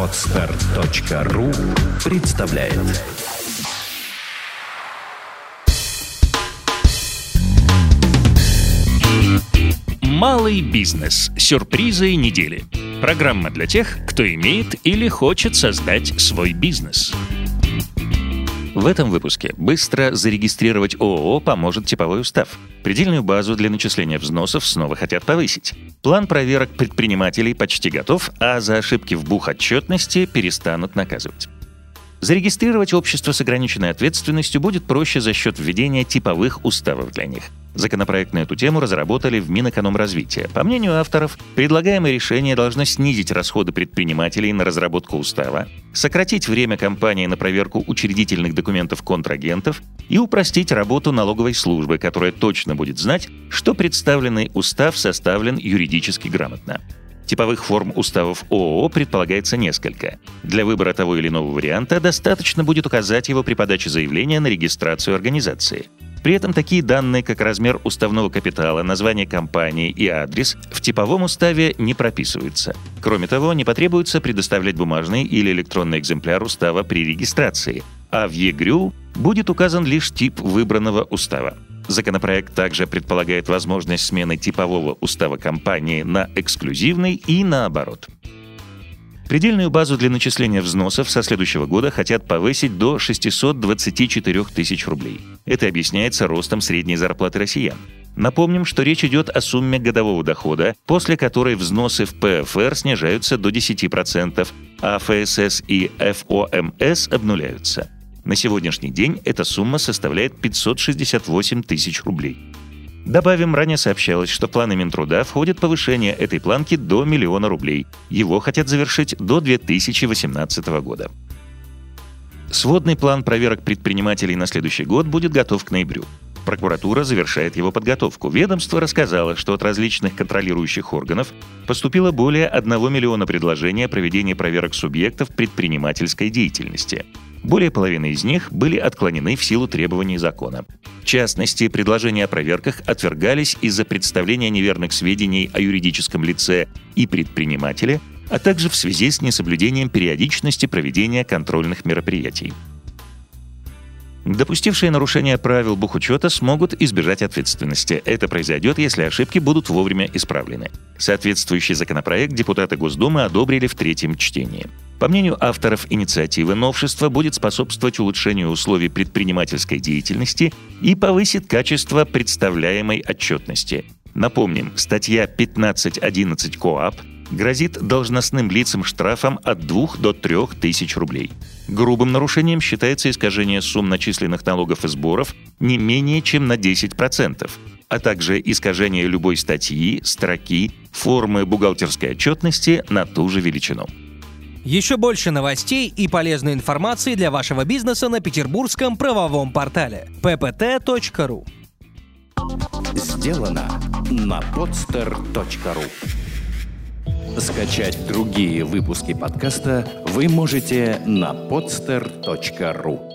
Podster.ru представляет. Малый бизнес. Сюрпризы недели. Программа для тех, кто имеет или хочет создать свой бизнес. В этом выпуске быстро зарегистрировать ООО поможет типовой устав. Предельную базу для начисления взносов снова хотят повысить. План проверок предпринимателей почти готов, а за ошибки в бухотчетности перестанут наказывать. Зарегистрировать общество с ограниченной ответственностью будет проще за счет введения типовых уставов для них. Законопроект на эту тему разработали в Минэкономразвития. По мнению авторов, предлагаемое решение должно снизить расходы предпринимателей на разработку устава, сократить время кампании на проверку учредительных документов контрагентов и упростить работу налоговой службы, которая точно будет знать, что представленный устав составлен юридически грамотно. Типовых форм уставов ООО предполагается несколько. Для выбора того или иного варианта достаточно будет указать его при подаче заявления на регистрацию организации. При этом такие данные, как размер уставного капитала, название компании и адрес, в типовом уставе не прописываются. Кроме того, не потребуется предоставлять бумажный или электронный экземпляр устава при регистрации, а в ЕГРЮ будет указан лишь тип выбранного устава. Законопроект также предполагает возможность смены типового устава компании на эксклюзивный и наоборот. Предельную базу для начисления взносов со следующего года хотят повысить до 624 тысяч рублей. Это объясняется ростом средней зарплаты россиян. Напомним, что речь идет о сумме годового дохода, после которой взносы в ПФР снижаются до 10%, а ФСС и ФОМС обнуляются. На сегодняшний день эта сумма составляет 568 тысяч рублей. Добавим, ранее сообщалось, что в планы Минтруда входит повышение этой планки до 1 миллиона рублей. Его хотят завершить до 2018 года. Сводный план проверок предпринимателей на следующий год будет готов к ноябрю. Прокуратура завершает его подготовку. Ведомство рассказало, что от различных контролирующих органов поступило более 1 миллиона предложений о проведении проверок субъектов предпринимательской деятельности. Более половины из них были отклонены в силу требований закона. В частности, предложения о проверках отвергались из-за представления неверных сведений о юридическом лице и предпринимателе, а также в связи с несоблюдением периодичности проведения контрольных мероприятий. Допустившие нарушение правил бухучета смогут избежать ответственности. Это произойдет, если ошибки будут вовремя исправлены. Соответствующий законопроект депутаты Госдумы одобрили в третьем чтении. По мнению авторов инициативы, новшество будет способствовать улучшению условий предпринимательской деятельности и повысит качество представляемой отчетности. Напомним, статья 15.11 КоАП грозит должностным лицам штрафом от 2 до 3 тысяч рублей. Грубым нарушением считается искажение сумм начисленных налогов и сборов не менее чем на 10%, а также искажение любой статьи, строки, формы бухгалтерской отчетности на ту же величину. Еще больше новостей и полезной информации для вашего бизнеса на петербургском правовом портале ppt.ru. Сделано на Podster.ru. Скачать другие выпуски подкаста вы можете на Podster.ru.